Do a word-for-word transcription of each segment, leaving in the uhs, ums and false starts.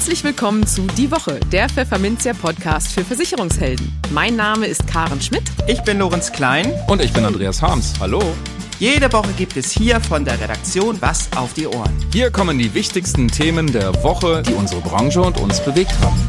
Herzlich willkommen zu Die Woche, der Pfefferminzia Podcast für Versicherungshelden. Mein Name ist Karen Schmidt. Ich bin Lorenz Klein. Und ich bin Andreas Harms. Hallo. Jede Woche gibt es hier von der Redaktion was auf die Ohren. Hier kommen die wichtigsten Themen der Woche, die unsere Branche und uns bewegt haben.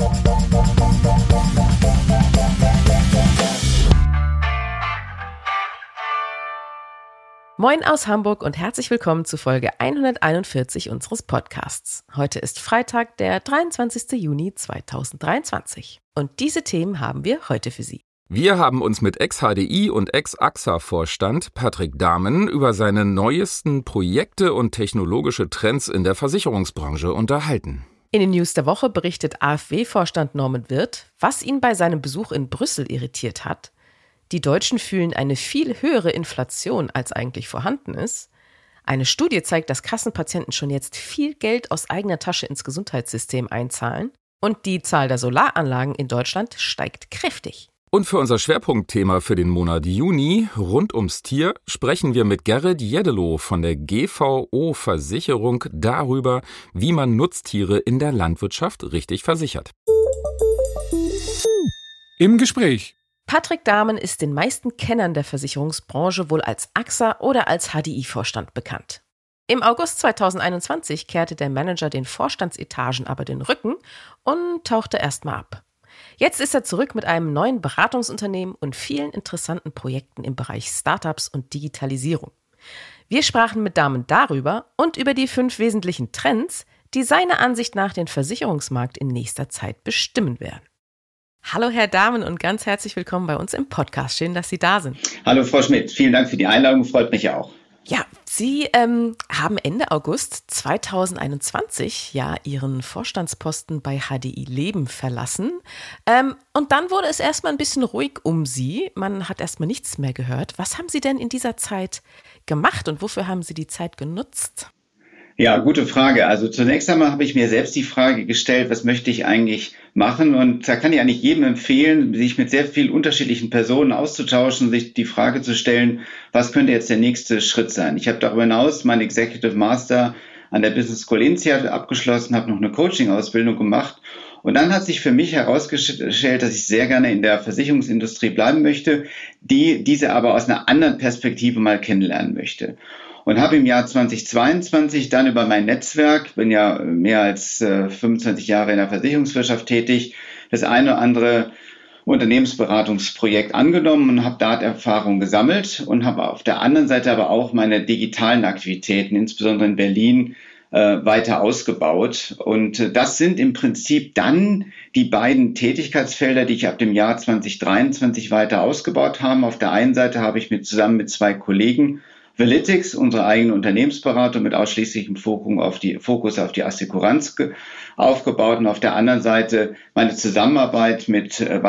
Moin aus Hamburg und herzlich willkommen zu Folge hunderteinundvierzig unseres Podcasts. Heute ist Freitag, der dreiundzwanzigster Juni zweitausenddreiundzwanzig. Und diese Themen haben wir heute für Sie. Wir haben uns mit Ex-H D I und Ex-A X A-Vorstand Patrick Dahmen über seine neuesten Projekte und technologische Trends in der Versicherungsbranche unterhalten. In den News der Woche berichtet A F W-Vorstand Norman Wirth, was ihn bei seinem Besuch in Brüssel irritiert hat. Die Deutschen fühlen eine viel höhere Inflation, als eigentlich vorhanden ist. Eine Studie zeigt, dass Kassenpatienten schon jetzt viel Geld aus eigener Tasche ins Gesundheitssystem einzahlen. Und die Zahl der Solaranlagen in Deutschland steigt kräftig. Und für unser Schwerpunktthema für den Monat Juni, rund ums Tier, sprechen wir mit Gerrit Jedelow von der G V O-Versicherung darüber, wie man Nutztiere in der Landwirtschaft richtig versichert. Im Gespräch. Patrick Dahmen ist den meisten Kennern der Versicherungsbranche wohl als A X A oder als H D I-Vorstand bekannt. Im August zweitausendeinundzwanzig kehrte der Manager den Vorstandsetagen aber den Rücken und tauchte erstmal ab. Jetzt ist er zurück mit einem neuen Beratungsunternehmen und vielen interessanten Projekten im Bereich Startups und Digitalisierung. Wir sprachen mit Dahmen darüber und über die fünf wesentlichen Trends, die seiner Ansicht nach den Versicherungsmarkt in nächster Zeit bestimmen werden. Hallo Herr Dahmen und ganz herzlich willkommen bei uns im Podcast. Schön, dass Sie da sind. Hallo Frau Schmidt, vielen Dank für die Einladung, freut mich auch. Ja, Sie ähm, haben Ende August zweitausendeinundzwanzig ja Ihren Vorstandsposten bei H D I Leben verlassen. Ähm, und dann wurde es erstmal ein bisschen ruhig um Sie. Man hat erstmal nichts mehr gehört. Was haben Sie denn in dieser Zeit gemacht und wofür haben Sie die Zeit genutzt? Ja, gute Frage. Also zunächst einmal habe ich mir selbst die Frage gestellt, was möchte ich eigentlich machen? Und da kann ich eigentlich jedem empfehlen, sich mit sehr vielen unterschiedlichen Personen auszutauschen, sich die Frage zu stellen, was könnte jetzt der nächste Schritt sein? Ich habe darüber hinaus meinen Executive Master an der Business School INSEAD abgeschlossen, habe noch eine Coaching-Ausbildung gemacht. Und dann hat sich für mich herausgestellt, dass ich sehr gerne in der Versicherungsindustrie bleiben möchte, die diese aber aus einer anderen Perspektive mal kennenlernen möchte. Und habe im Jahr zweitausendzweiundzwanzig dann über mein Netzwerk, bin ja mehr als äh, fünfundzwanzig Jahre in der Versicherungswirtschaft tätig, das eine oder andere Unternehmensberatungsprojekt angenommen und habe da Erfahrung gesammelt und habe auf der anderen Seite aber auch meine digitalen Aktivitäten, insbesondere in Berlin, äh, weiter ausgebaut. Und äh, das sind im Prinzip dann die beiden Tätigkeitsfelder, die ich ab dem Jahr zweitausenddreiundzwanzig weiter ausgebaut habe. Auf der einen Seite habe ich mit zusammen mit zwei Kollegen Valytics, unsere eigene Unternehmensberatung mit ausschließlichem Fokus auf die, Fokus auf die Assekuranz aufgebaut und auf der anderen Seite meine Zusammenarbeit mit äh,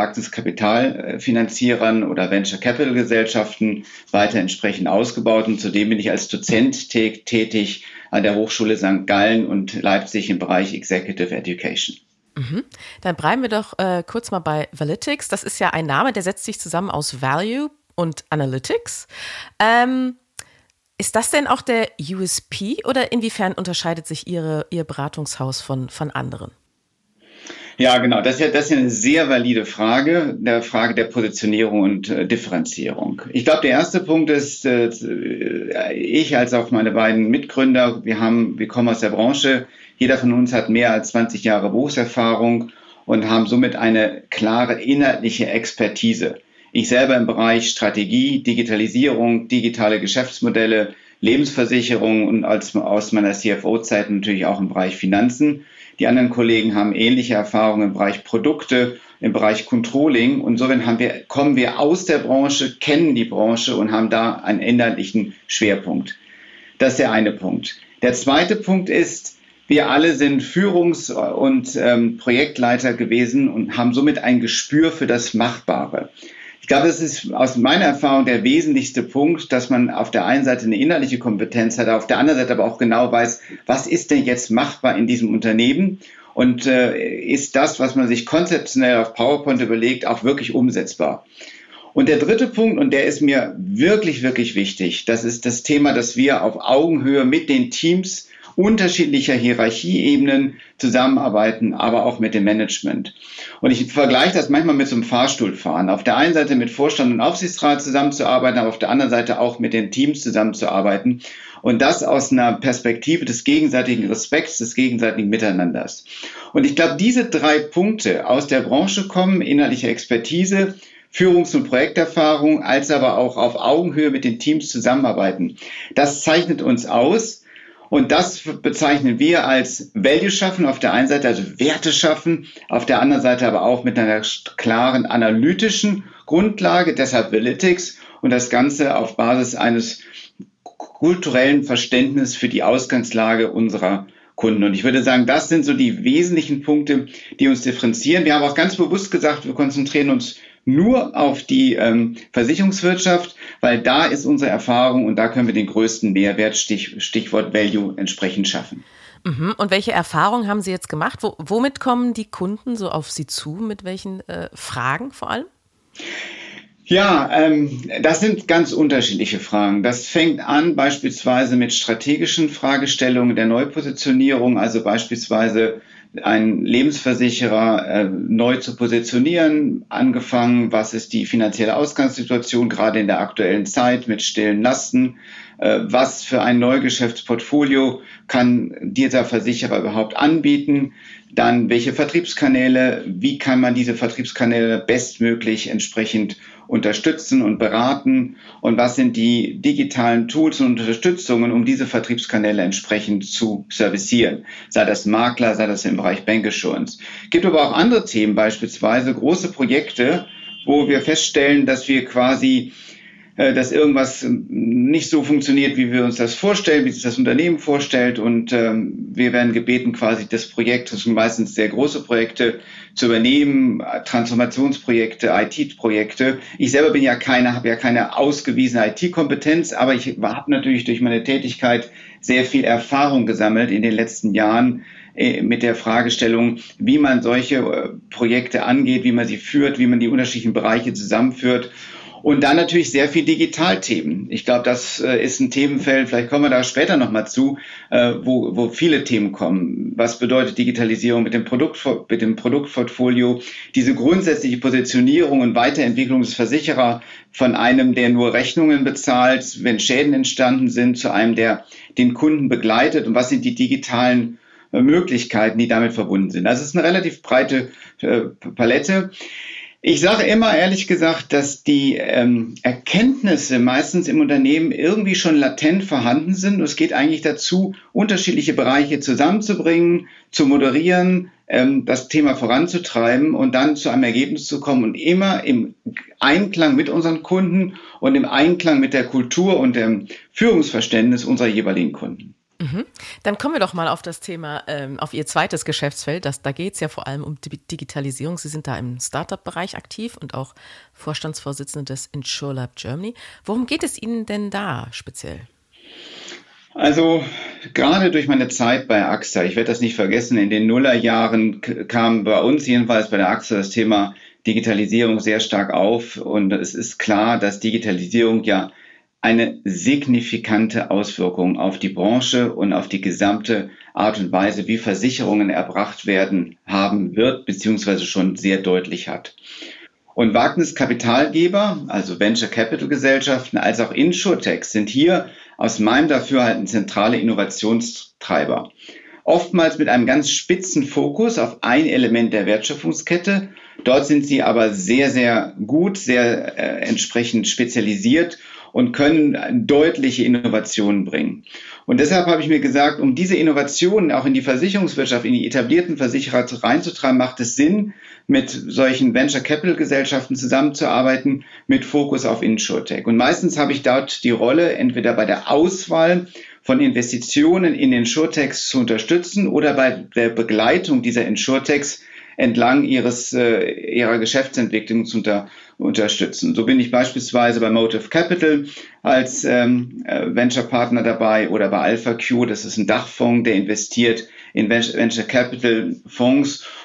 Wagniskapitalfinanzierern oder Venture Capital Gesellschaften weiter entsprechend ausgebaut und zudem bin ich als Dozent tä- tätig an der Hochschule Sankt Gallen und Leipzig im Bereich Executive Education. Mhm. Dann bleiben wir doch äh, kurz mal bei Valytics. Das ist ja ein Name, der setzt sich zusammen aus Value und Analytics. Ähm, Ist das denn auch der U S P oder inwiefern unterscheidet sich Ihre, Ihr Beratungshaus von, von anderen? Ja, genau. Das ist ja, das ist ja eine sehr valide Frage, der Frage der Positionierung und äh, Differenzierung. Ich glaube, der erste Punkt ist, äh, ich als auch meine beiden Mitgründer, wir haben, wir kommen aus der Branche. Jeder von uns hat mehr als zwanzig Jahre Berufserfahrung und haben somit eine klare inhaltliche Expertise. Ich selber im Bereich Strategie, Digitalisierung, digitale Geschäftsmodelle, Lebensversicherung und als, aus meiner C F O-Zeit natürlich auch im Bereich Finanzen. Die anderen Kollegen haben ähnliche Erfahrungen im Bereich Produkte, im Bereich Controlling. Und insofern haben wir, kommen wir aus der Branche, kennen die Branche und haben da einen inhaltlichen Schwerpunkt. Das ist der eine Punkt. Der zweite Punkt ist, wir alle sind Führungs- und ähm, Projektleiter gewesen und haben somit ein Gespür für das Machbare. Ich glaube, das ist aus meiner Erfahrung der wesentlichste Punkt, dass man auf der einen Seite eine inhaltliche Kompetenz hat, auf der anderen Seite aber auch genau weiß, was ist denn jetzt machbar in diesem Unternehmen und äh, ist das, was man sich konzeptionell auf PowerPoint überlegt, auch wirklich umsetzbar. Und der dritte Punkt, und der ist mir wirklich, wirklich wichtig, das ist das Thema, dass wir auf Augenhöhe mit den Teams unterschiedlicher Hierarchieebenen zusammenarbeiten, aber auch mit dem Management. Und ich vergleiche das manchmal mit so einem Fahrstuhlfahren. Auf der einen Seite mit Vorstand und Aufsichtsrat zusammenzuarbeiten, aber auf der anderen Seite auch mit den Teams zusammenzuarbeiten. Und das aus einer Perspektive des gegenseitigen Respekts, des gegenseitigen Miteinanders. Und ich glaube, diese drei Punkte aus der Branche kommen, inhaltliche Expertise, Führungs- und Projekterfahrung, als aber auch auf Augenhöhe mit den Teams zusammenarbeiten. Das zeichnet uns aus. Und das bezeichnen wir als Value schaffen auf der einen Seite, also Werte schaffen, auf der anderen Seite aber auch mit einer klaren analytischen Grundlage, deshalb Analytics, und das Ganze auf Basis eines kulturellen Verständnis für die Ausgangslage unserer Kunden. Und ich würde sagen, das sind so die wesentlichen Punkte, die uns differenzieren. Wir haben auch ganz bewusst gesagt, wir konzentrieren uns nur auf die ähm, Versicherungswirtschaft, weil da ist unsere Erfahrung und da können wir den größten Mehrwert, Stich, Stichwort Value, entsprechend schaffen. Mhm. Und welche Erfahrungen haben Sie jetzt gemacht? Wo, womit kommen die Kunden so auf Sie zu? Mit welchen äh, Fragen vor allem? Ja, ähm, das sind ganz unterschiedliche Fragen. Das fängt an beispielsweise mit strategischen Fragestellungen der Neupositionierung, also beispielsweise einen Lebensversicherer äh, neu zu positionieren, angefangen, was ist die finanzielle Ausgangssituation gerade in der aktuellen Zeit mit stillen Lasten, äh, was für ein Neugeschäftsportfolio kann dieser Versicherer überhaupt anbieten, dann welche Vertriebskanäle, wie kann man diese Vertriebskanäle bestmöglich entsprechend unterstützen und beraten und was sind die digitalen Tools und Unterstützungen, um diese Vertriebskanäle entsprechend zu servicieren, sei das Makler, sei das im Bereich Bancassurance. Es gibt aber auch andere Themen, beispielsweise große Projekte, wo wir feststellen, dass wir quasi dass irgendwas nicht so funktioniert, wie wir uns das vorstellen, wie sich das Unternehmen vorstellt. Und ähm, wir werden gebeten, quasi das Projekt, das sind meistens sehr große Projekte, zu übernehmen, Transformationsprojekte, I T-Projekte. Ich selber bin ja keine, habe ja keine ausgewiesene I T-Kompetenz, aber ich habe natürlich durch meine Tätigkeit sehr viel Erfahrung gesammelt in den letzten Jahren äh, mit der Fragestellung, wie man solche äh, Projekte angeht, wie man sie führt, wie man die unterschiedlichen Bereiche zusammenführt. Und dann natürlich sehr viel Digitalthemen. Ich glaube, das äh, ist ein Themenfeld, vielleicht kommen wir da später nochmal zu, äh, wo, wo viele Themen kommen. Was bedeutet Digitalisierung mit dem Produkt, mit dem Produktportfolio? Diese grundsätzliche Positionierung und Weiterentwicklung des Versicherers von einem, der nur Rechnungen bezahlt, wenn Schäden entstanden sind, zu einem, der den Kunden begleitet. Und was sind die digitalen äh, Möglichkeiten, die damit verbunden sind? Also es ist eine relativ breite äh, Palette. Ich sage immer ehrlich gesagt, dass die ähm, Erkenntnisse meistens im Unternehmen irgendwie schon latent vorhanden sind. Und es geht eigentlich dazu, unterschiedliche Bereiche zusammenzubringen, zu moderieren, ähm, das Thema voranzutreiben und dann zu einem Ergebnis zu kommen und immer im Einklang mit unseren Kunden und im Einklang mit der Kultur und dem Führungsverständnis unserer jeweiligen Kunden. Mhm. Dann kommen wir doch mal auf das Thema, ähm, auf Ihr zweites Geschäftsfeld. Das, da geht es ja vor allem um die Digitalisierung. Sie sind da im Startup-Bereich aktiv und auch Vorstandsvorsitzende des InsurLab Germany. Worum geht es Ihnen denn da speziell? Also gerade durch meine Zeit bei AXA, ich werde das nicht vergessen, in den Nullerjahren kam bei uns jedenfalls bei der AXA das Thema Digitalisierung sehr stark auf. Und es ist klar, dass Digitalisierung ja eine signifikante Auswirkung auf die Branche und auf die gesamte Art und Weise, wie Versicherungen erbracht werden, haben wird, beziehungsweise schon sehr deutlich hat. Und Wagniskapitalgeber, also Venture Capital Gesellschaften, als auch Insurtechs sind hier aus meinem Dafürhalten zentrale Innovationstreiber. Oftmals mit einem ganz spitzen Fokus auf ein Element der Wertschöpfungskette. Dort sind sie aber sehr, sehr gut, sehr äh, entsprechend spezialisiert und können deutliche Innovationen bringen. Und deshalb habe ich mir gesagt, um diese Innovationen auch in die Versicherungswirtschaft, in die etablierten Versicherer reinzutreiben, macht es Sinn, mit solchen Venture Capital Gesellschaften zusammenzuarbeiten, mit Fokus auf Insurtech. Und meistens habe ich dort die Rolle, entweder bei der Auswahl von Investitionen in Insurtechs zu unterstützen oder bei der Begleitung dieser Insurtechs entlang ihres, äh, ihrer Geschäftsentwicklung zu unter, unterstützen. So bin ich beispielsweise bei Motive Capital als ähm, äh, Venture-Partner dabei oder bei AlphaQ, das ist ein Dachfonds, der investiert in Venture Capital Fonds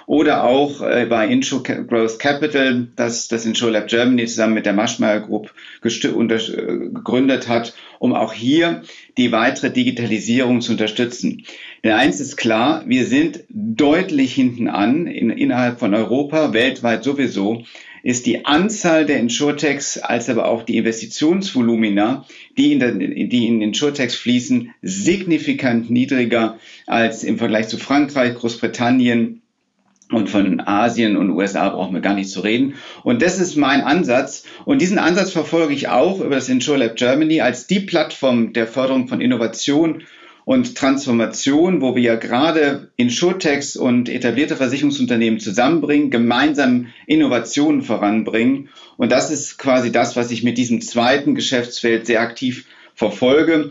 oder auch äh, bei Insure Growth Capital, das das Insure Lab Germany zusammen mit der Maschmeyer Group gestü- unter, äh, gegründet hat, um auch hier die weitere Digitalisierung zu unterstützen. Denn eins ist klar, wir sind deutlich hinten an, in, innerhalb von Europa, weltweit sowieso, ist die Anzahl der Insurtechs als aber auch die Investitionsvolumina, die in, der, die in Insurtechs fließen, signifikant niedriger als im Vergleich zu Frankreich, Großbritannien und von Asien und U S A brauchen wir gar nicht zu reden. Und das ist mein Ansatz. Und diesen Ansatz verfolge ich auch über das Insure Lab Germany als die Plattform der Förderung von Innovation und Transformation, wo wir ja gerade Insurtechs und etablierte Versicherungsunternehmen zusammenbringen, gemeinsam Innovationen voranbringen. Und das ist quasi das, was ich mit diesem zweiten Geschäftsfeld sehr aktiv verfolge.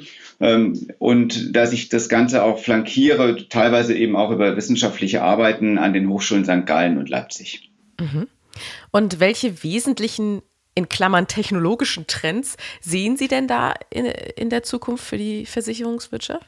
Und dass ich das Ganze auch flankiere, teilweise eben auch über wissenschaftliche Arbeiten an den Hochschulen Sankt Gallen und Leipzig. Und welche wesentlichen, in Klammern technologischen Trends sehen Sie denn da in, in der Zukunft für die Versicherungswirtschaft?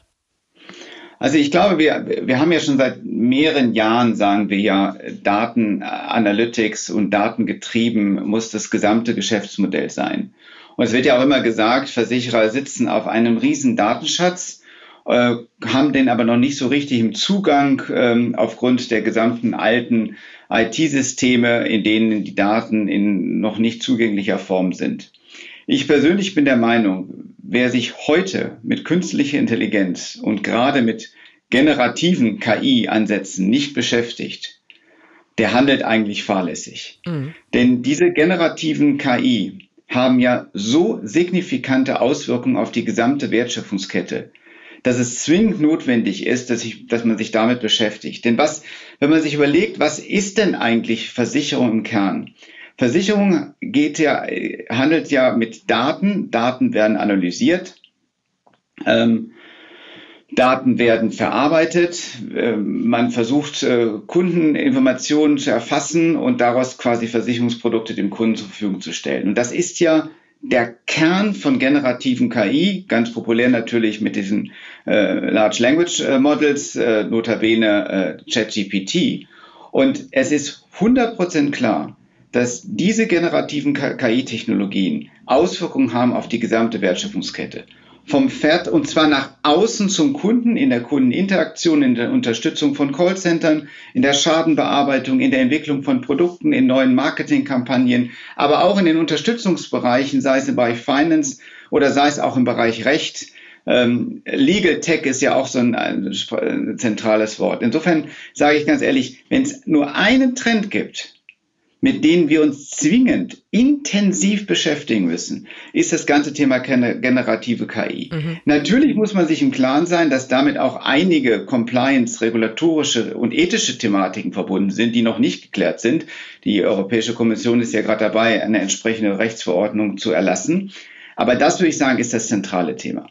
Also ich glaube, wir, wir haben ja schon seit mehreren Jahren, sagen wir ja, Daten Analytics und datengetrieben muss das gesamte Geschäftsmodell sein. Und es wird ja auch immer gesagt, Versicherer sitzen auf einem riesen Datenschatz, äh, haben den aber noch nicht so richtig im Zugang äh, aufgrund der gesamten alten I T-Systeme, in denen die Daten in noch nicht zugänglicher Form sind. Ich persönlich bin der Meinung, wer sich heute mit künstlicher Intelligenz und gerade mit generativen K I-Ansätzen nicht beschäftigt, der handelt eigentlich fahrlässig. Mhm. Denn diese generativen K I haben ja so signifikante Auswirkungen auf die gesamte Wertschöpfungskette, dass es zwingend notwendig ist, dass, ich, dass man sich damit beschäftigt. Denn was, wenn man sich überlegt, was ist denn eigentlich Versicherung im Kern? Versicherung geht ja, handelt ja mit Daten. Daten werden analysiert. Ähm, Daten werden verarbeitet. Ähm, man versucht, äh, Kundeninformationen zu erfassen und daraus quasi Versicherungsprodukte dem Kunden zur Verfügung zu stellen. Und das ist ja der Kern von generativen K I, ganz populär natürlich mit diesen äh, Large Language Models, äh, notabene äh, ChatGPT. Und es ist hundert Prozent klar, dass diese generativen K I-Technologien Auswirkungen haben auf die gesamte Wertschöpfungskette. Vom Pferd, und zwar nach außen zum Kunden, in der Kundeninteraktion, in der Unterstützung von Callcentern, in der Schadenbearbeitung, in der Entwicklung von Produkten, in neuen Marketingkampagnen, aber auch in den Unterstützungsbereichen, sei es im Bereich Finance oder sei es auch im Bereich Recht. Ähm, Legal Tech ist ja auch so ein, ein zentrales Wort. Insofern sage ich ganz ehrlich, wenn es nur einen Trend gibt, mit denen wir uns zwingend intensiv beschäftigen müssen, ist das ganze Thema generative K I. Mhm. Natürlich muss man sich im Klaren sein, dass damit auch einige Compliance, regulatorische und ethische Thematiken verbunden sind, die noch nicht geklärt sind. Die Europäische Kommission ist ja gerade dabei, eine entsprechende Rechtsverordnung zu erlassen. Aber das, würde ich sagen, ist das zentrale Thema.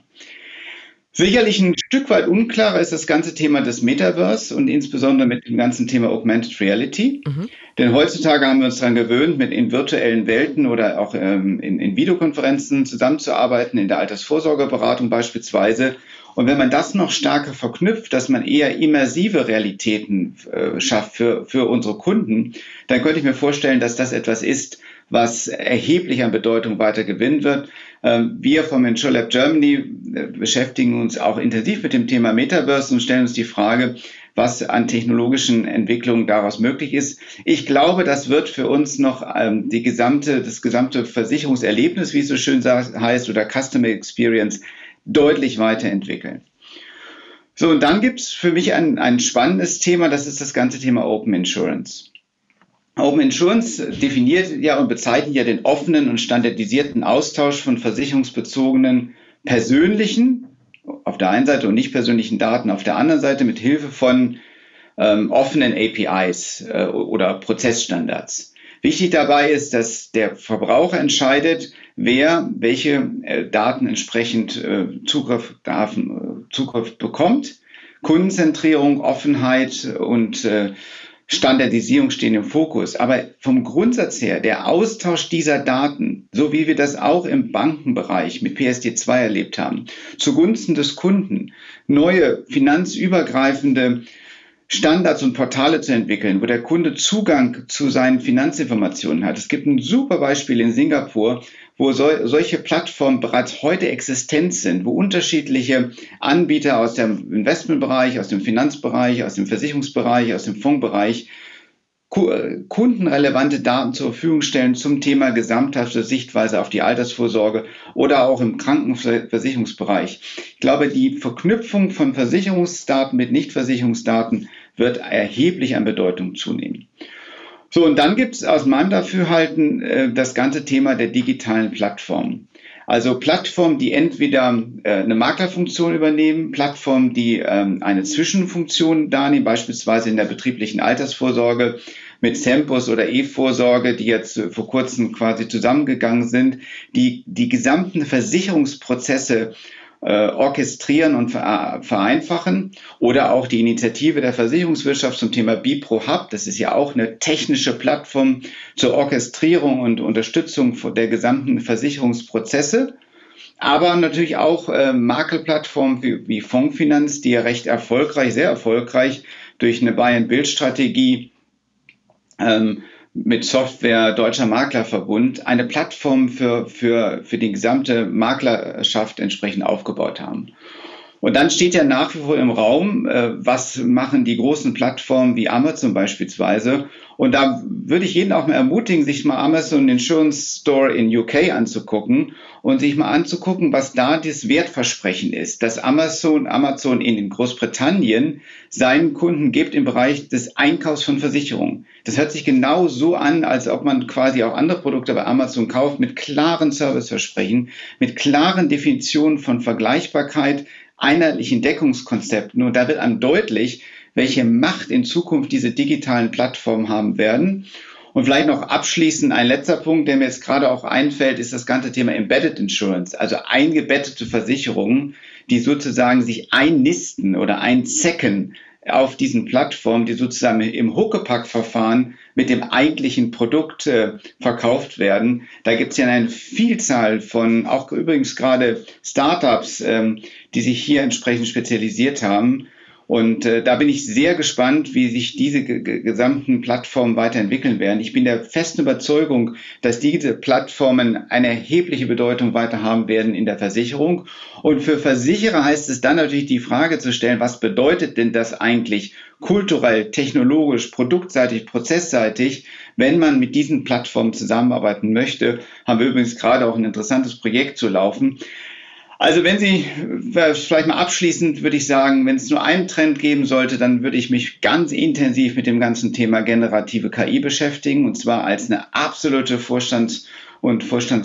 Sicherlich ein Stück weit unklarer ist das ganze Thema des Metaverse und insbesondere mit dem ganzen Thema Augmented Reality. Mhm. Denn heutzutage haben wir uns daran gewöhnt, mit in virtuellen Welten oder auch ähm, in, in Videokonferenzen zusammenzuarbeiten, in der Altersvorsorgeberatung beispielsweise. Und wenn man das noch stärker verknüpft, dass man eher immersive Realitäten äh, schafft für, für unsere Kunden, dann könnte ich mir vorstellen, dass das etwas ist, was erheblich an Bedeutung weiter gewinnen wird. Ähm, wir vom Insure Lab Germany äh, beschäftigen uns auch intensiv mit dem Thema Metaverse und stellen uns die Frage, was an technologischen Entwicklungen daraus möglich ist. Ich glaube, das wird für uns noch ähm, die gesamte, das gesamte Versicherungserlebnis, wie es so schön heißt, oder Customer Experience deutlich weiterentwickeln. So, und dann gibt es für mich ein, ein spannendes Thema, das ist das ganze Thema Open Insurance. Open Insurance definiert ja und bezeichnet ja den offenen und standardisierten Austausch von versicherungsbezogenen persönlichen, auf der einen Seite und nicht persönlichen Daten auf der anderen Seite mit Hilfe von ähm, offenen A P Is äh, oder Prozessstandards. Wichtig dabei ist, dass der Verbraucher entscheidet, wer welche äh, Daten entsprechend äh, Zugriff, darf, äh, Zugriff bekommt. Kundenzentrierung, Offenheit und äh, Standardisierung stehen im Fokus. Aber vom Grundsatz her, der Austausch dieser Daten, so wie wir das auch im Bankenbereich mit P S D zwei erlebt haben, zugunsten des Kunden, neue finanzübergreifende Standards und Portale zu entwickeln, wo der Kunde Zugang zu seinen Finanzinformationen hat. Es gibt ein super Beispiel in Singapur, wo so, solche Plattformen bereits heute existent sind, wo unterschiedliche Anbieter aus dem Investmentbereich, aus dem Finanzbereich, aus dem Versicherungsbereich, aus dem Fondsbereich kundenrelevante Daten zur Verfügung stellen zum Thema gesamthafte Sichtweise auf die Altersvorsorge oder auch im Krankenversicherungsbereich. Ich glaube, die Verknüpfung von Versicherungsdaten mit Nichtversicherungsdaten wird erheblich an Bedeutung zunehmen. So, und dann gibt es aus meinem Dafürhalten äh, das ganze Thema der digitalen Plattformen. Also Plattformen, die entweder äh, eine Maklerfunktion übernehmen, Plattformen, die ähm, eine Zwischenfunktion darnehmen, beispielsweise in der betrieblichen Altersvorsorge mit Sempus oder E-Vorsorge, die jetzt äh, vor kurzem quasi zusammengegangen sind, die die gesamten Versicherungsprozesse äh, orchestrieren und vereinfachen, oder auch die Initiative der Versicherungswirtschaft zum Thema BiPro-Hub. Das ist ja auch eine technische Plattform zur Orchestrierung und Unterstützung der gesamten Versicherungsprozesse. Aber natürlich auch äh, Maklerplattformen wie, wie Fondsfinanz, die ja recht erfolgreich, sehr erfolgreich durch eine Buy-and-Build-Strategie ähm, mit Software Deutscher Maklerverbund eine Plattform für, für, für die gesamte Maklerschaft entsprechend aufgebaut haben. Und dann steht ja nach wie vor im Raum, äh, was machen die großen Plattformen wie Amazon beispielsweise. Und da würde ich jeden auch mal ermutigen, sich mal Amazon Insurance Store in U K anzugucken und sich mal anzugucken, was da das Wertversprechen ist, dass Amazon, Amazon in Großbritannien seinen Kunden gibt im Bereich des Einkaufs von Versicherungen. Das hört sich genau so an, als ob man quasi auch andere Produkte bei Amazon kauft, mit klaren Serviceversprechen, mit klaren Definitionen von Vergleichbarkeit, einheitlichen Deckungskonzepten. Und da wird einem deutlich, welche Macht in Zukunft diese digitalen Plattformen haben werden. Und vielleicht noch abschließend ein letzter Punkt, der mir jetzt gerade auch einfällt, ist das ganze Thema Embedded Insurance, also eingebettete Versicherungen, die sozusagen sich einnisten oder einzecken auf diesen Plattformen, die sozusagen im Huckepack-Verfahren mit dem eigentlichen Produkt äh, verkauft werden. Da gibt es ja eine Vielzahl von, auch übrigens gerade Startups, ähm, die sich hier entsprechend spezialisiert haben. Und äh, da bin ich sehr gespannt, wie sich diese g- g- gesamten Plattformen weiterentwickeln werden. Ich bin der festen Überzeugung, dass diese Plattformen eine erhebliche Bedeutung weiter haben werden in der Versicherung. Und für Versicherer heißt es dann natürlich die Frage zu stellen, was bedeutet denn das eigentlich kulturell, technologisch, produktseitig, prozessseitig, wenn man mit diesen Plattformen zusammenarbeiten möchte. Haben wir übrigens gerade auch ein interessantes Projekt zu laufen. Also wenn Sie, vielleicht mal abschließend würde ich sagen, wenn es nur einen Trend geben sollte, dann würde ich mich ganz intensiv mit dem ganzen Thema generative K I beschäftigen, und zwar als eine absolute Vorstands- und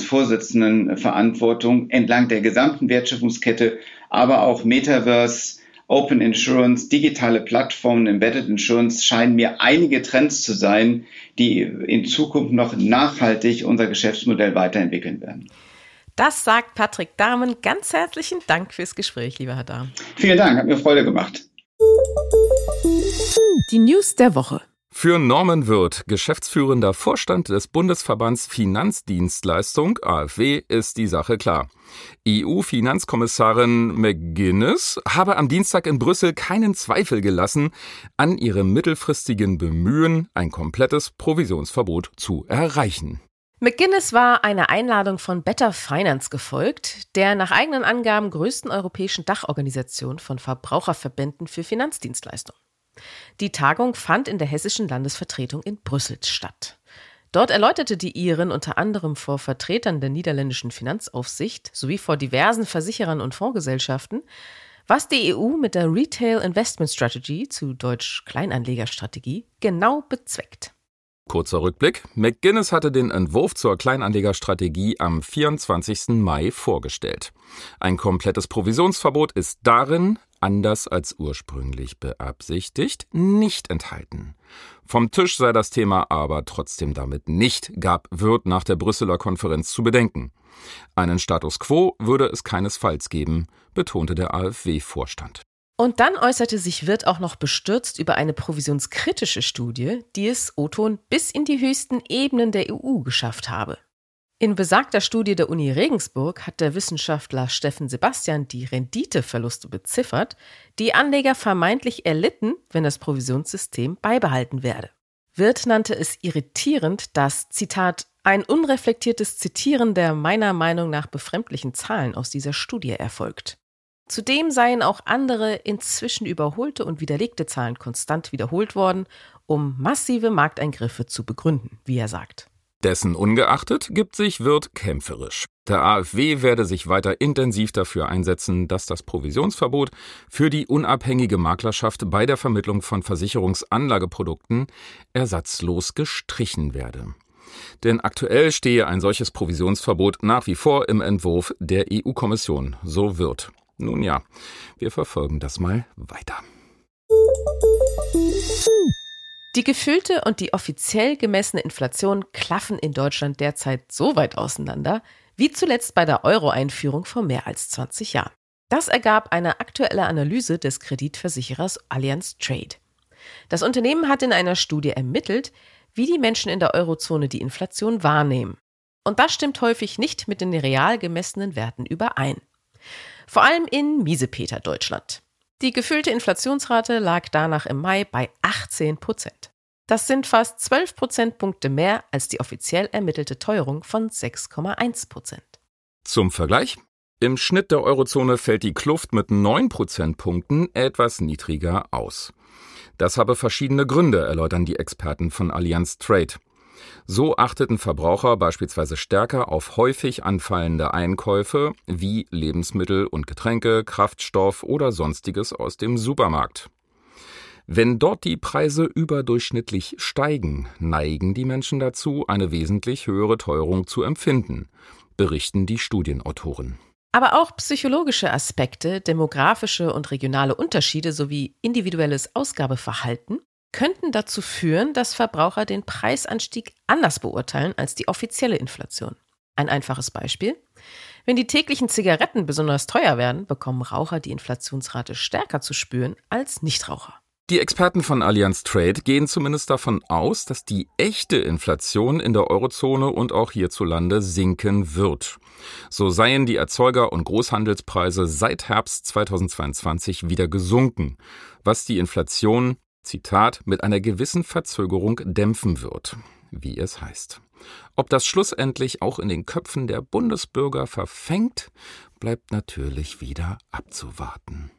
Vorstandsvorsitzendenverantwortung entlang der gesamten Wertschöpfungskette, aber auch Metaverse, Open Insurance, digitale Plattformen, Embedded Insurance scheinen mir einige Trends zu sein, die in Zukunft noch nachhaltig unser Geschäftsmodell weiterentwickeln werden. Das sagt Patrick Dahmen. Ganz herzlichen Dank fürs Gespräch, lieber Herr Dahmen. Vielen Dank, hat mir Freude gemacht. Die News der Woche. Für Norman Wirth, geschäftsführender Vorstand des Bundesverbands Finanzdienstleistung, A F W, ist die Sache klar. E U-Finanzkommissarin McGuinness habe am Dienstag in Brüssel keinen Zweifel gelassen an ihrem mittelfristigen Bemühen, ein komplettes Provisionsverbot zu erreichen. McGuinness war einer Einladung von Better Finance gefolgt, der nach eigenen Angaben größten europäischen Dachorganisation von Verbraucherverbänden für Finanzdienstleistungen. Die Tagung fand in der hessischen Landesvertretung in Brüssel statt. Dort erläuterte die Irin unter anderem vor Vertretern der niederländischen Finanzaufsicht sowie vor diversen Versicherern und Fondsgesellschaften, was die E U mit der Retail Investment Strategy, zu Deutsch Kleinanlegerstrategie, genau bezweckt. Kurzer Rückblick. McGuinness hatte den Entwurf zur Kleinanlegerstrategie am vierundzwanzigsten Mai vorgestellt. Ein komplettes Provisionsverbot ist darin, anders als ursprünglich beabsichtigt, nicht enthalten. Vom Tisch sei das Thema aber trotzdem damit nicht, gab Wirth nach der Brüsseler Konferenz zu bedenken. Einen Status quo würde es keinesfalls geben, betonte der A F W-Vorstand. Und dann äußerte sich Wirth auch noch bestürzt über eine provisionskritische Studie, die es, O-Ton, bis in die höchsten Ebenen der E U geschafft habe. In besagter Studie der Uni Regensburg hat der Wissenschaftler Steffen Sebastian die Renditeverluste beziffert, die Anleger vermeintlich erlitten, wenn das Provisionssystem beibehalten werde. Wirth nannte es irritierend, dass, Zitat, ein unreflektiertes Zitieren der meiner Meinung nach befremdlichen Zahlen aus dieser Studie erfolgt. Zudem seien auch andere inzwischen überholte und widerlegte Zahlen konstant wiederholt worden, um massive Markteingriffe zu begründen, wie er sagt. Dessen ungeachtet gibt sich Wirth kämpferisch. Der AfW werde sich weiter intensiv dafür einsetzen, dass das Provisionsverbot für die unabhängige Maklerschaft bei der Vermittlung von Versicherungsanlageprodukten ersatzlos gestrichen werde. Denn aktuell stehe ein solches Provisionsverbot nach wie vor im Entwurf der E U-Kommission, so Wirth. Nun ja, wir verfolgen das mal weiter. Die gefühlte und die offiziell gemessene Inflation klaffen in Deutschland derzeit so weit auseinander, wie zuletzt bei der Euro-Einführung vor mehr als zwanzig Jahren. Das ergab eine aktuelle Analyse des Kreditversicherers Allianz Trade. Das Unternehmen hat in einer Studie ermittelt, wie die Menschen in der Eurozone die Inflation wahrnehmen. Und das stimmt häufig nicht mit den real gemessenen Werten überein. Vor allem in Miesepeter Deutschland. Die gefühlte Inflationsrate lag danach im Mai bei achtzehn Prozent. Das sind fast zwölf Prozentpunkte mehr als die offiziell ermittelte Teuerung von sechs Komma eins Prozent. Zum Vergleich: Im Schnitt der Eurozone fällt die Kluft mit neun Prozentpunkten etwas niedriger aus. Das habe verschiedene Gründe, erläutern die Experten von Allianz Trade. So achteten Verbraucher beispielsweise stärker auf häufig anfallende Einkäufe wie Lebensmittel und Getränke, Kraftstoff oder Sonstiges aus dem Supermarkt. Wenn dort die Preise überdurchschnittlich steigen, neigen die Menschen dazu, eine wesentlich höhere Teuerung zu empfinden, berichten die Studienautoren. Aber auch psychologische Aspekte, demografische und regionale Unterschiede sowie individuelles Ausgabeverhalten könnten dazu führen, dass Verbraucher den Preisanstieg anders beurteilen als die offizielle Inflation. Ein einfaches Beispiel: Wenn die täglichen Zigaretten besonders teuer werden, bekommen Raucher die Inflationsrate stärker zu spüren als Nichtraucher. Die Experten von Allianz Trade gehen zumindest davon aus, dass die echte Inflation in der Eurozone und auch hierzulande sinken wird. So seien die Erzeuger- und Großhandelspreise seit Herbst zweitausendzweiundzwanzig wieder gesunken, was die Inflation, Zitat, mit einer gewissen Verzögerung dämpfen wird, wie es heißt. Ob das schlussendlich auch in den Köpfen der Bundesbürger verfängt, bleibt natürlich wieder abzuwarten.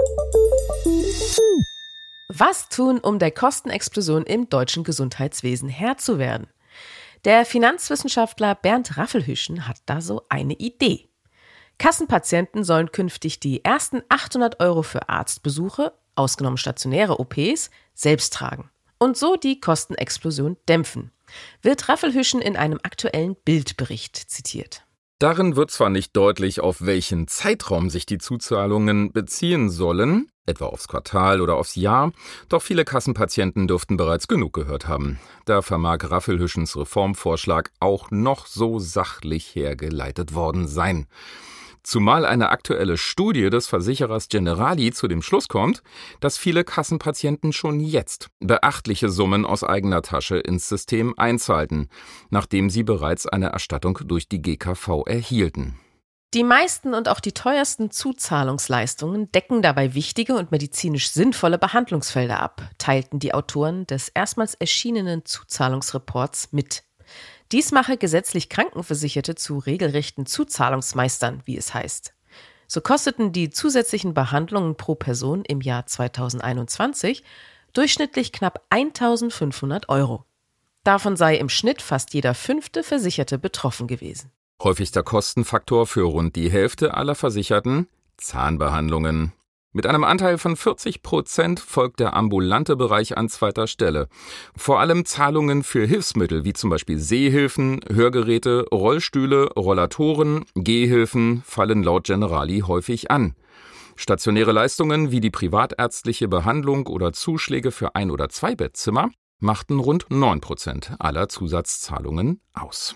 Was tun, um der Kostenexplosion im deutschen Gesundheitswesen Herr zu werden? Der Finanzwissenschaftler Bernd Raffelhüschen hat da so eine Idee. Kassenpatienten sollen künftig die ersten achthundert Euro für Arztbesuche, ausgenommen stationäre O Ps, selbst tragen und so die Kostenexplosion dämpfen, wird Raffelhüschen in einem aktuellen Bildbericht zitiert. Darin wird zwar nicht deutlich, auf welchen Zeitraum sich die Zuzahlungen beziehen sollen, etwa aufs Quartal oder aufs Jahr, doch viele Kassenpatienten dürften bereits genug gehört haben. Da vermag Raffelhüschens Reformvorschlag auch noch so sachlich hergeleitet worden sein. Zumal eine aktuelle Studie des Versicherers Generali zu dem Schluss kommt, dass viele Kassenpatienten schon jetzt beachtliche Summen aus eigener Tasche ins System einzahlten, nachdem sie bereits eine Erstattung durch die G K V erhielten. Die meisten und auch die teuersten Zuzahlungsleistungen decken dabei wichtige und medizinisch sinnvolle Behandlungsfelder ab, teilten die Autoren des erstmals erschienenen Zuzahlungsreports mit. Dies mache gesetzlich Krankenversicherte zu regelrechten Zuzahlungsmeistern, wie es heißt. So kosteten die zusätzlichen Behandlungen pro Person im Jahr zweitausendeinundzwanzig durchschnittlich knapp eintausendfünfhundert Euro. Davon sei im Schnitt fast jeder fünfte Versicherte betroffen gewesen. Häufigster Kostenfaktor für rund die Hälfte aller Versicherten: Zahnbehandlungen. Mit einem Anteil von vierzig Prozent folgt der ambulante Bereich an zweiter Stelle. Vor allem Zahlungen für Hilfsmittel wie zum Beispiel Sehhilfen, Hörgeräte, Rollstühle, Rollatoren, Gehhilfen fallen laut Generali häufig an. Stationäre Leistungen wie die privatärztliche Behandlung oder Zuschläge für Ein- oder Zweibettzimmer machten rund neun Prozent aller Zusatzzahlungen aus.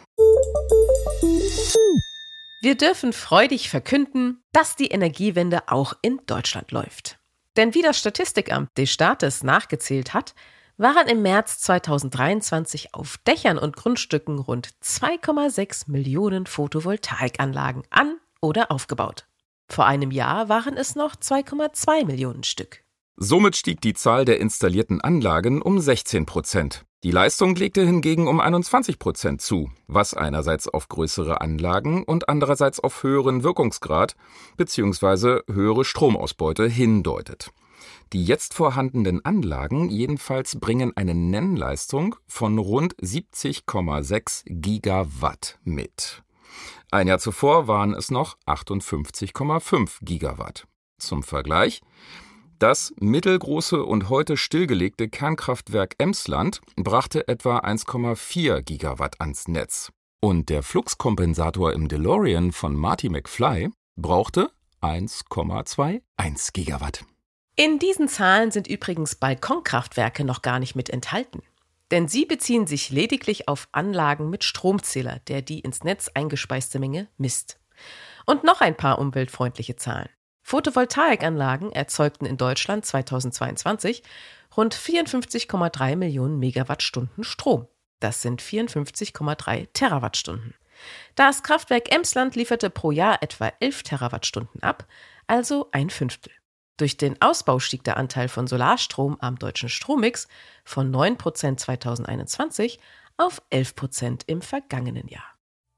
Wir dürfen freudig verkünden, dass die Energiewende auch in Deutschland läuft. Denn wie das Statistikamt des Staates nachgezählt hat, waren im März zweitausenddreiundzwanzig auf Dächern und Grundstücken rund zwei Komma sechs Millionen Photovoltaikanlagen an- oder aufgebaut. Vor einem Jahr waren es noch zwei Komma zwei Millionen Stück. Somit stieg die Zahl der installierten Anlagen um sechzehn Prozent. Die Leistung legte hingegen um einundzwanzig Prozent zu, was einerseits auf größere Anlagen und andererseits auf höheren Wirkungsgrad bzw. höhere Stromausbeute hindeutet. Die jetzt vorhandenen Anlagen jedenfalls bringen eine Nennleistung von rund siebzig Komma sechs Gigawatt mit. Ein Jahr zuvor waren es noch achtundfünfzig Komma fünf Gigawatt. Zum Vergleich: Das mittelgroße und heute stillgelegte Kernkraftwerk Emsland brachte etwa eins Komma vier Gigawatt ans Netz. Und der Fluxkompensator im DeLorean von Marty McFly brauchte eins Komma einundzwanzig Gigawatt. In diesen Zahlen sind übrigens Balkonkraftwerke noch gar nicht mit enthalten. Denn sie beziehen sich lediglich auf Anlagen mit Stromzähler, der die ins Netz eingespeiste Menge misst. Und noch ein paar umweltfreundliche Zahlen. Photovoltaikanlagen erzeugten in Deutschland zweitausendzweiundzwanzig rund vierundfünfzig Komma drei Millionen Megawattstunden Strom. Das sind vierundfünfzig Komma drei Terawattstunden. Das Kraftwerk Emsland lieferte pro Jahr etwa elf Terawattstunden ab, also ein Fünftel. Durch den Ausbau stieg der Anteil von Solarstrom am deutschen Strommix von neun Prozent zweitausendeinundzwanzig auf elf Prozent im vergangenen Jahr.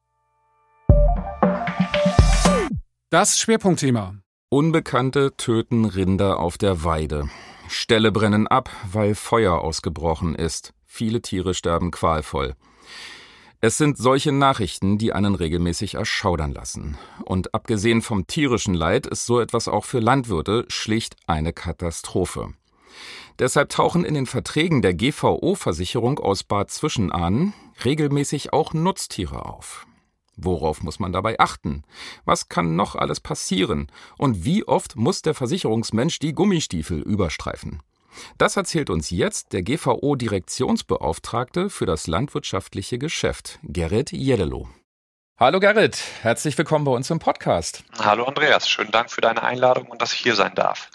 Das Schwerpunktthema. Unbekannte töten Rinder auf der Weide. Ställe brennen ab, weil Feuer ausgebrochen ist. Viele Tiere sterben qualvoll. Es sind solche Nachrichten, die einen regelmäßig erschaudern lassen. Und abgesehen vom tierischen Leid ist so etwas auch für Landwirte schlicht eine Katastrophe. Deshalb tauchen in den Verträgen der G V O-Versicherung aus Bad Zwischenahn regelmäßig auch Nutztiere auf. Worauf muss man dabei achten? Was kann noch alles passieren? Und wie oft muss der Versicherungsmensch die Gummistiefel überstreifen? Das erzählt uns jetzt der G V O-Direktionsbeauftragte für das landwirtschaftliche Geschäft, Gerrit Jedelow. Hallo Gerrit, herzlich willkommen bei uns im Podcast. Hallo Andreas, schönen Dank für deine Einladung und dass ich hier sein darf.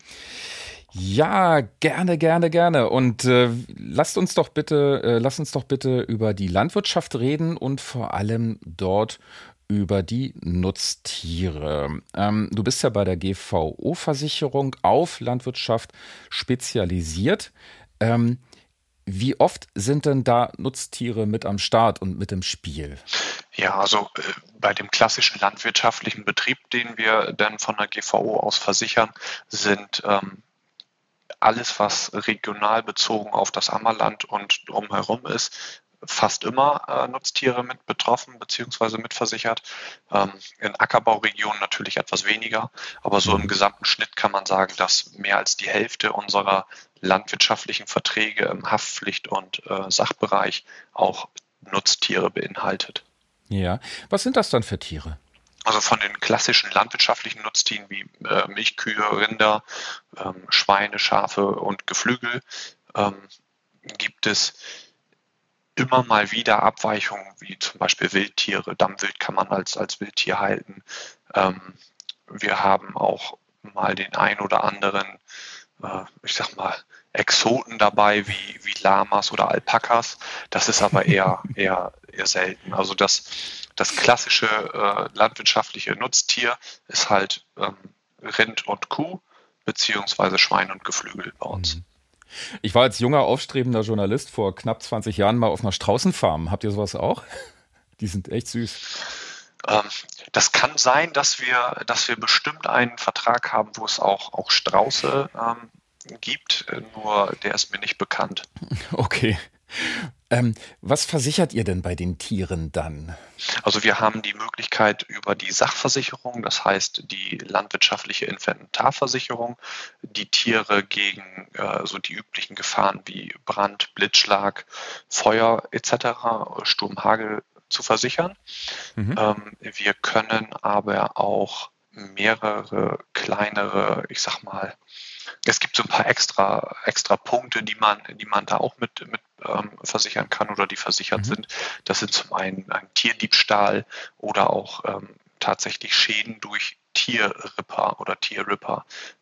Ja, gerne, gerne, gerne. Und äh, lasst uns doch bitte, äh, lasst uns doch bitte über die Landwirtschaft reden und vor allem dort über die Nutztiere. Ähm, du bist ja bei der G V O-Versicherung auf Landwirtschaft spezialisiert. Ähm, wie oft sind denn da Nutztiere mit am Start und mit im Spiel? Ja, also äh, bei dem klassischen landwirtschaftlichen Betrieb, den wir dann von der G V O aus versichern, sind ähm, alles, was regional bezogen auf das Ammerland und drumherum ist, fast immer äh, Nutztiere mit betroffen bzw. mitversichert. Ähm, in Ackerbauregionen natürlich etwas weniger, aber so im gesamten Schnitt kann man sagen, dass mehr als die Hälfte unserer landwirtschaftlichen Verträge im Haftpflicht- und äh, Sachbereich auch Nutztiere beinhaltet. Ja, was sind das dann für Tiere? Also von den klassischen landwirtschaftlichen Nutztieren wie äh, Milchkühe, Rinder, ähm, Schweine, Schafe und Geflügel ähm, gibt es immer mal wieder Abweichungen, wie zum Beispiel Wildtiere. Dammwild kann man als, als Wildtier halten. Ähm, wir haben auch mal den ein oder anderen, äh, ich sag mal, Exoten dabei, wie, wie Lamas oder Alpakas. Das ist aber eher, eher, eher selten. Also das, das klassische äh, landwirtschaftliche Nutztier ist halt ähm, Rind und Kuh, beziehungsweise Schwein und Geflügel bei uns. Mhm. Ich war als junger, aufstrebender Journalist vor knapp zwanzig Jahren mal auf einer Straußenfarm. Habt ihr sowas auch? Die sind echt süß. Ähm, das kann sein, dass wir, dass wir bestimmt einen Vertrag haben, wo es auch, auch Strauße ähm, gibt, nur der ist mir nicht bekannt. Okay. Ähm, was versichert ihr denn bei den Tieren dann? Also wir haben die Möglichkeit über die Sachversicherung, das heißt die landwirtschaftliche Inventarversicherung, die Tiere gegen äh, so die üblichen Gefahren wie Brand, Blitzschlag, Feuer et cetera, Sturm, Hagel zu versichern. Mhm. Ähm, wir können aber auch mehrere kleinere, ich sag mal, es gibt so ein paar extra, extra Punkte, die man, die man da auch mit, mit ähm, versichern kann oder die versichert mhm. sind. Das sind zum einen ein Tierdiebstahl oder auch ähm, tatsächlich Schäden durch Tierripper oder Tierripper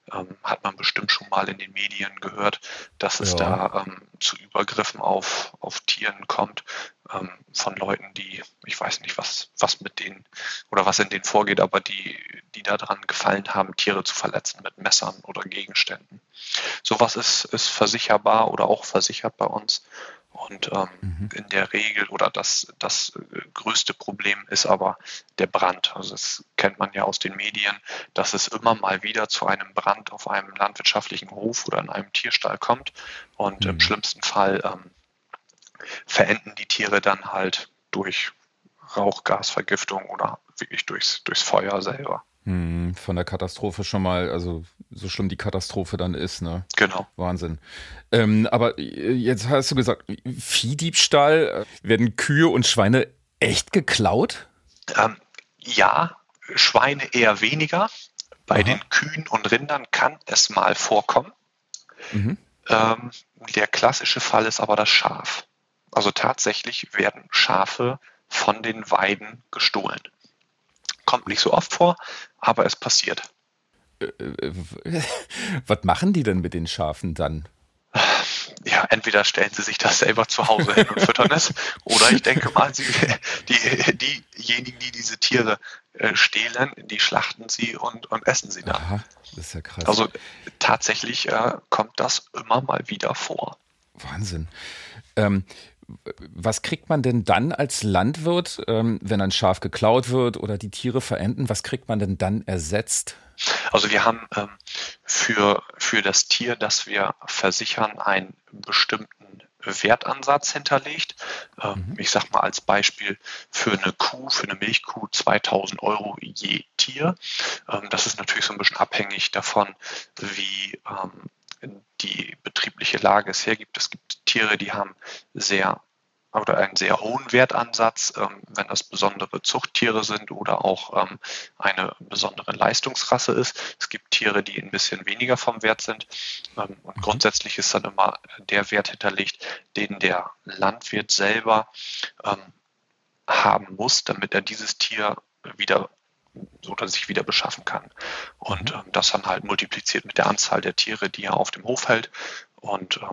ähm, hat man bestimmt schon mal in den Medien gehört, dass es Ja. da ähm, zu Übergriffen auf, auf Tieren kommt, ähm, von Leuten, die, ich weiß nicht, was, was mit denen oder was in denen vorgeht, aber die, die daran gefallen haben, Tiere zu verletzen mit Messern oder Gegenständen. Sowas ist, ist versicherbar oder auch versichert bei uns. Und ähm, Mhm. in der Regel oder das, das äh, größte Problem ist aber der Brand. Also das kennt man ja aus den Medien, dass es immer mal wieder zu einem Brand auf einem landwirtschaftlichen Hof oder in einem Tierstall kommt. Und Mhm. im schlimmsten Fall ähm, verenden die Tiere dann halt durch Rauchgasvergiftung oder wirklich durchs, durchs Feuer selber. Hm, von der Katastrophe schon mal, also so schlimm die Katastrophe dann ist, ne? Genau. Wahnsinn. Ähm, aber äh, jetzt hast du gesagt, Viehdiebstahl, äh, werden Kühe und Schweine echt geklaut? Ähm, ja, Schweine eher weniger. Bei Aha. den Kühen und Rindern kann es mal vorkommen. Mhm. Ähm, der klassische Fall ist aber das Schaf. Also tatsächlich werden Schafe von den Weiden gestohlen. Kommt nicht so oft vor, aber es passiert. Äh, äh, was machen die denn mit den Schafen dann? Ja, entweder stellen sie sich das selber zu Hause hin und füttern es, oder ich denke mal, sie, die, diejenigen, die diese Tiere äh, stehlen, die schlachten sie und, und essen sie dann. Aha, das ist ja krass. Also tatsächlich äh, kommt das immer mal wieder vor. Wahnsinn. Ähm, was kriegt man denn dann als Landwirt, ähm, wenn ein Schaf geklaut wird oder die Tiere verenden? Was kriegt man denn dann ersetzt? Also wir haben ähm, für, für das Tier, das wir versichern, einen bestimmten Wertansatz hinterlegt. Ähm, Mhm. Ich sage mal als Beispiel für eine Kuh, für eine Milchkuh zweitausend Euro je Tier. Ähm, das ist natürlich so ein bisschen abhängig davon, wie ähm, die betriebliche Lage es hergibt. Es gibt Tiere, die haben sehr oder einen sehr hohen Wertansatz, ähm, wenn das besondere Zuchttiere sind oder auch ähm, eine besondere Leistungsrasse ist. Es gibt Tiere, die ein bisschen weniger vom Wert sind. Ähm, und Mhm. grundsätzlich ist dann immer der Wert hinterlegt, den der Landwirt selber ähm, haben muss, damit er dieses Tier wieder oder sich wieder beschaffen kann. Und Mhm. ähm, das dann halt multipliziert mit der Anzahl der Tiere, die er auf dem Hof hält. Und ähm,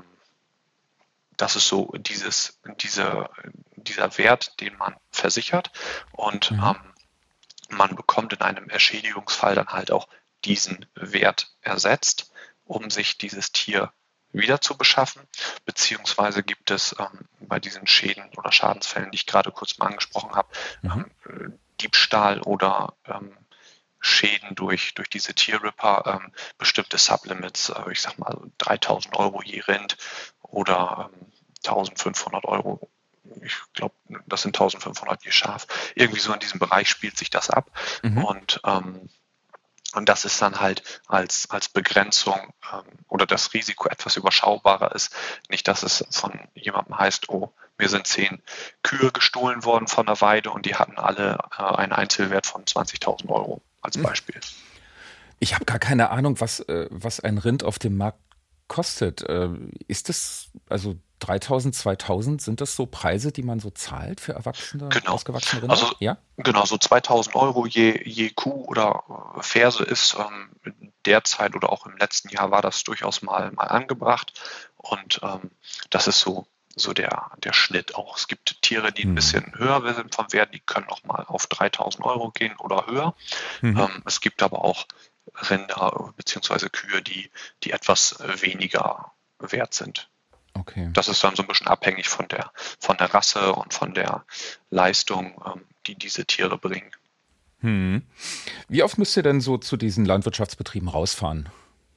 das ist so dieses, diese, dieser Wert, den man versichert. Und Mhm. ähm, man bekommt in einem Erschädigungsfall dann halt auch diesen Wert ersetzt, um sich dieses Tier wieder zu beschaffen. Beziehungsweise gibt es ähm, bei diesen Schäden oder Schadensfällen, die ich gerade kurz mal angesprochen habe, Mhm. ähm, Diebstahl oder ähm, Schäden durch, durch diese Tierripper, ähm, bestimmte Sublimits, äh, ich sag mal dreitausend Euro je Rind oder ähm, eintausendfünfhundert Euro. Ich glaube, das sind eintausendfünfhundert je Schaf. Irgendwie so in diesem Bereich spielt sich das ab. Mhm. Und, ähm, und das ist dann halt als, als Begrenzung ähm, oder das Risiko etwas überschaubarer ist. Nicht, dass es von jemandem heißt, oh, mir sind zehn Kühe gestohlen worden von der Weide und die hatten alle äh, einen Einzelwert von zwanzigtausend Euro als Beispiel. Ich habe gar keine Ahnung, was, äh, was ein Rind auf dem Markt kostet. Äh, ist das, also dreitausend, zweitausend, sind das so Preise, die man so zahlt für erwachsene, Genau. ausgewachsene Rinder? Also Ja? genau, so zweitausend Euro je, je Kuh oder äh, Ferse ist ähm, derzeit oder auch im letzten Jahr war das durchaus mal, mal angebracht. Und ähm, das ist so, so der, der Schnitt auch. Es gibt Tiere, die ein Mhm. bisschen höher sind vom Wert, die können auch mal auf dreitausend Euro gehen oder höher. Mhm. Ähm, es gibt aber auch Rinder bzw. Kühe, die, die etwas weniger wert sind. Okay. Das ist dann so ein bisschen abhängig von der, von der Rasse und von der Leistung, ähm, die diese Tiere bringen. Hm. Wie oft müsst ihr denn so zu diesen Landwirtschaftsbetrieben rausfahren?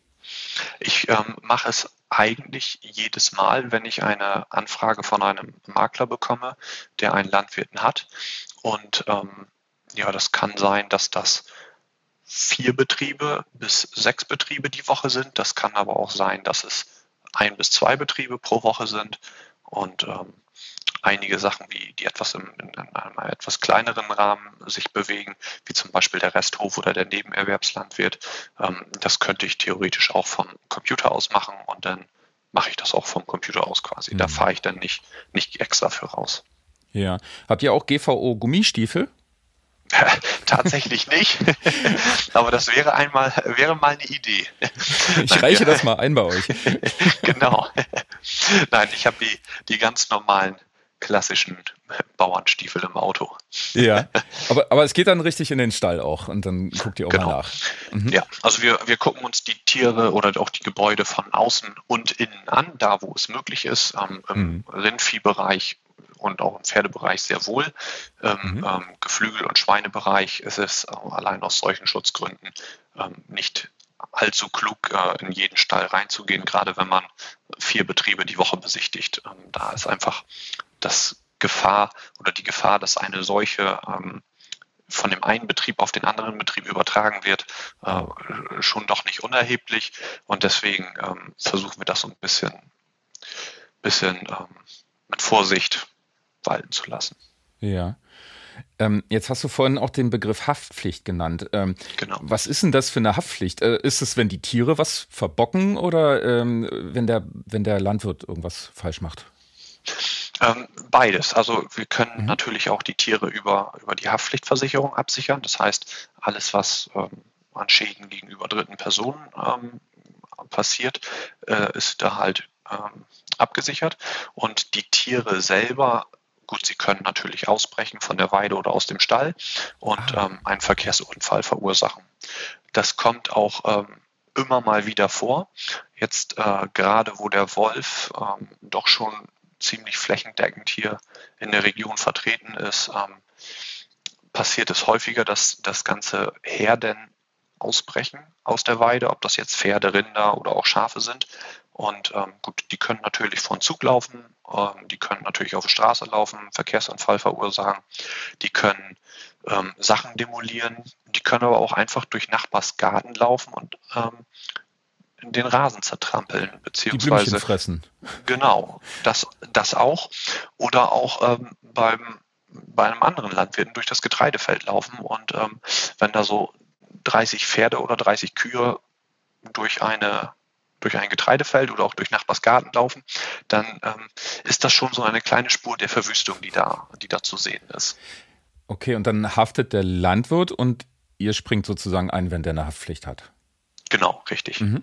Ich ähm, mache es eigentlich jedes Mal, wenn ich eine Anfrage von einem Makler bekomme, der einen Landwirten hat. Und ähm, ja, das kann sein, dass das vier Betriebe bis sechs Betriebe die Woche sind. Das kann aber auch sein, dass es ein bis zwei Betriebe pro Woche sind und ähm, einige Sachen, wie die etwas im, in einem etwas kleineren Rahmen sich bewegen, wie zum Beispiel der Resthof oder der Nebenerwerbslandwirt. Ähm, das könnte ich theoretisch auch vom Computer aus machen und dann mache ich das auch vom Computer aus quasi. Da Mhm. fahre ich dann nicht, nicht extra für raus. Ja. Habt ihr auch G V O-Gummistiefel? Tatsächlich nicht, aber das wäre einmal wäre mal eine Idee. Ich Nein, reiche ja. das mal ein bei euch. Genau. Nein, ich habe die, die ganz normalen klassischen Bauernstiefel im Auto. Ja, aber, aber es geht dann richtig in den Stall auch und dann guckt ihr auch genau. mal nach. Mhm. Ja, also wir, wir gucken uns die Tiere oder auch die Gebäude von außen und innen an, da wo es möglich ist, ähm, im mhm. Rindviehbereich und auch im Pferdebereich sehr wohl. Ähm, mhm. ähm, Geflügel- und Schweinebereich ist es äh, allein aus solchen Schutzgründen ähm, nicht allzu klug, äh, in jeden Stall reinzugehen, gerade wenn man vier Betriebe die Woche besichtigt. Ähm, da ist einfach das Gefahr oder die Gefahr, dass eine Seuche ähm, von dem einen Betrieb auf den anderen Betrieb übertragen wird, äh, schon doch nicht unerheblich. Und deswegen ähm, versuchen wir das so ein bisschen, bisschen ähm, mit Vorsicht walten zu lassen. Ja. Ähm, jetzt hast du vorhin auch den Begriff Haftpflicht genannt. Ähm, genau. Was ist denn das für eine Haftpflicht? Äh, ist es, wenn die Tiere was verbocken oder ähm, wenn der, wenn der Landwirt irgendwas falsch macht? Ähm, beides. Also wir können Mhm. natürlich auch die Tiere über, über die Haftpflichtversicherung absichern. Das heißt, alles, was ähm, an Schäden gegenüber dritten Personen ähm, passiert, äh, ist da halt ähm, abgesichert. Und die Tiere selber, gut, sie können natürlich ausbrechen von der Weide oder aus dem Stall und Ah. ähm, einen Verkehrsunfall verursachen. Das kommt auch ähm, immer mal wieder vor. Jetzt äh, gerade, wo der Wolf ähm, doch schon ziemlich flächendeckend hier in der Region vertreten ist, ähm, passiert es häufiger, dass das ganze Herden ausbrechen aus der Weide, ob das jetzt Pferde, Rinder oder auch Schafe sind. Und ähm, gut, die können natürlich vor den Zug laufen, ähm, die können natürlich auf der Straße laufen, Verkehrsunfall verursachen, die können ähm, Sachen demolieren, die können aber auch einfach durch Nachbars Garten laufen und ähm, den Rasen zertrampeln, beziehungsweise Die Blümchen fressen. Genau, das, das auch. Oder auch ähm, beim, bei einem anderen Landwirt durch das Getreidefeld laufen und ähm, wenn da so dreißig Pferde oder dreißig Kühe durch eine durch ein Getreidefeld oder auch durch Nachbars Garten laufen, dann ähm, ist das schon so eine kleine Spur der Verwüstung, die da, die da zu sehen ist. Okay, und dann haftet der Landwirt und ihr springt sozusagen ein, wenn der eine Haftpflicht hat. Genau, richtig. Mhm.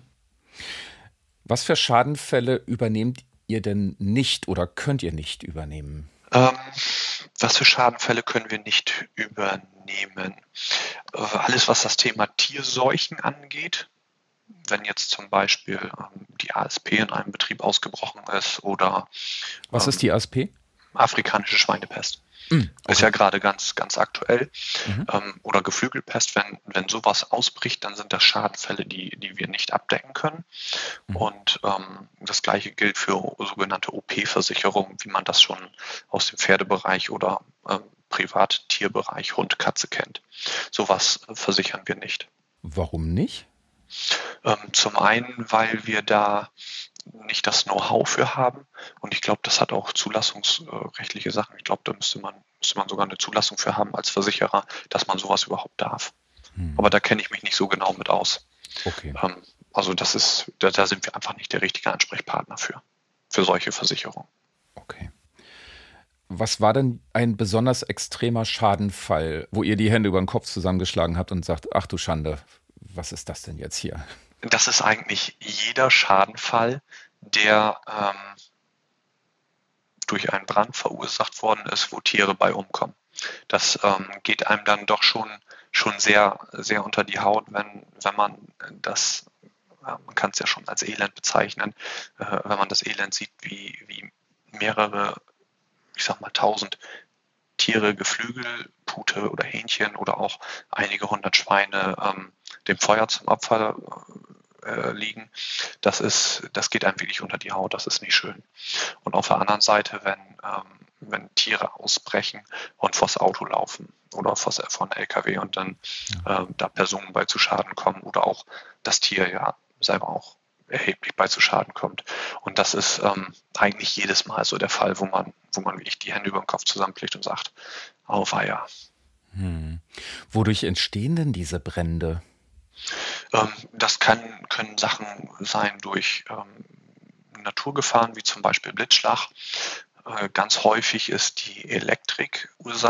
Was für Schadenfälle übernehmt ihr denn nicht oder könnt ihr nicht übernehmen? Ähm, was für Schadenfälle können wir nicht übernehmen? Äh, alles, was das Thema Tierseuchen angeht, wenn jetzt zum Beispiel ähm, die A S P in einem Betrieb ausgebrochen ist oder Was ähm, ist die A S P? afrikanische Schweinepest. Mm, okay. Ist ja gerade ganz, ganz aktuell. Mhm. Ähm, oder Geflügelpest, wenn, wenn sowas ausbricht, dann sind das Schadenfälle, die, die wir nicht abdecken können. Mhm. Und ähm, das Gleiche gilt für sogenannte O P-Versicherungen, wie man das schon aus dem Pferdebereich oder ähm, Privattierbereich Hund, Katze kennt. Sowas versichern wir nicht. Warum nicht? Ähm, zum einen, weil wir da nicht das Know-how für haben und ich glaube, das hat auch zulassungsrechtliche Sachen. Ich glaube, da müsste man, müsste man sogar eine Zulassung für haben als Versicherer, dass man sowas überhaupt darf. Hm. Aber da kenne ich mich nicht so genau mit aus. Okay. Ähm, also das ist, da, da sind wir einfach nicht der richtige Ansprechpartner für, für solche Versicherungen. Okay. Was war denn ein besonders extremer Schadenfall, wo ihr die Hände über den Kopf zusammengeschlagen habt und sagt, ach du Schande, was ist das denn jetzt hier? Das ist eigentlich jeder Schadenfall, der ähm, durch einen Brand verursacht worden ist, wo Tiere bei umkommen. Das ähm, geht einem dann doch schon, schon sehr, sehr unter die Haut, wenn, wenn man das, äh, man kann es ja schon als Elend bezeichnen, äh, wenn man das Elend sieht, wie, wie mehrere, ich sag mal tausend Tiere, Geflügel, Pute oder Hähnchen oder auch einige hundert Schweine ähm, dem Feuer zum Opfer äh, liegen. Das ist, das geht einem wirklich unter die Haut, das ist nicht schön. Und auf der anderen Seite, wenn, ähm, wenn Tiere ausbrechen und vors Auto laufen oder vors, vor einen L K W und dann äh, da Personen bei zu Schaden kommen oder auch das Tier ja selber auch erheblich bei zu Schaden kommt. Und das ist ähm, eigentlich jedes Mal so der Fall, wo man, wo man wirklich die Hände über den Kopf zusammenlegt und sagt, auweia. Hm. Wodurch entstehen denn diese Brände? Ähm, das kann, können Sachen sein durch ähm, Naturgefahren, wie zum Beispiel Blitzschlag. Äh, ganz häufig ist die Elektrik Ursache.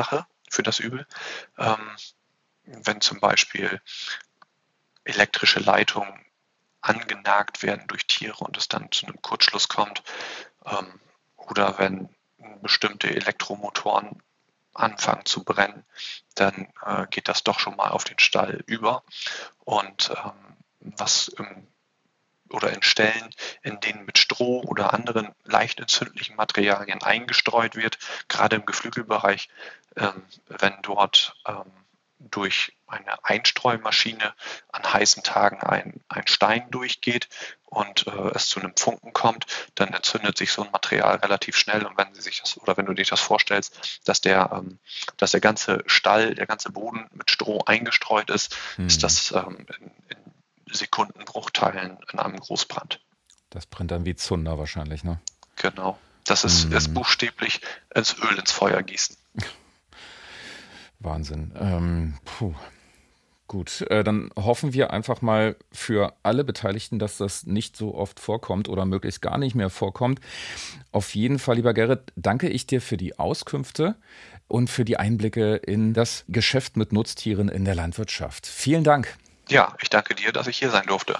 für das Übel. Ähm, wenn zum Beispiel elektrische Leitungen angenagt werden durch Tiere und es dann zu einem Kurzschluss kommt, ähm, oder wenn bestimmte Elektromotoren anfangen zu brennen, dann äh, geht das doch schon mal auf den Stall über. Und ähm, was im, oder in Stellen, in denen mit Stroh oder anderen leicht entzündlichen Materialien eingestreut wird, gerade im Geflügelbereich, ähm, wenn dort ähm, durch eine Einstreumaschine an heißen Tagen ein, ein Stein durchgeht und äh, es zu einem Funken kommt, dann entzündet sich so ein Material relativ schnell. Und wenn Sie sich das oder wenn du dir das vorstellst, dass der, ähm, dass der ganze Stall, der ganze Boden mit Stroh eingestreut ist, mhm. ist das ähm, in, in Sekundenbruchteilen in einem Großbrand. Das brennt dann wie Zunder wahrscheinlich, ne? Genau. Das ist, mhm. ist buchstäblich ins Öl ins Feuer gießen. Wahnsinn. Ähm, puh. Gut, äh, dann hoffen wir einfach mal für alle Beteiligten, dass das nicht so oft vorkommt oder möglichst gar nicht mehr vorkommt. Auf jeden Fall, lieber Gerrit, danke ich dir für die Auskünfte und für die Einblicke in das Geschäft mit Nutztieren in der Landwirtschaft. Vielen Dank. Ja, ich danke dir, dass ich hier sein durfte.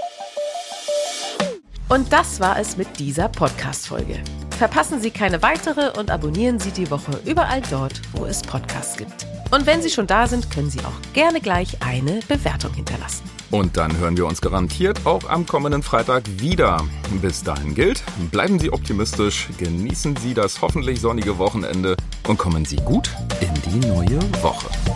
Und das war es mit dieser Podcast-Folge. Verpassen Sie keine weitere und abonnieren Sie die Woche überall dort, wo es Podcasts gibt. Und wenn Sie schon da sind, können Sie auch gerne gleich eine Bewertung hinterlassen. Und dann hören wir uns garantiert auch am kommenden Freitag wieder. Bis dahin gilt, bleiben Sie optimistisch, genießen Sie das hoffentlich sonnige Wochenende und kommen Sie gut in die neue Woche.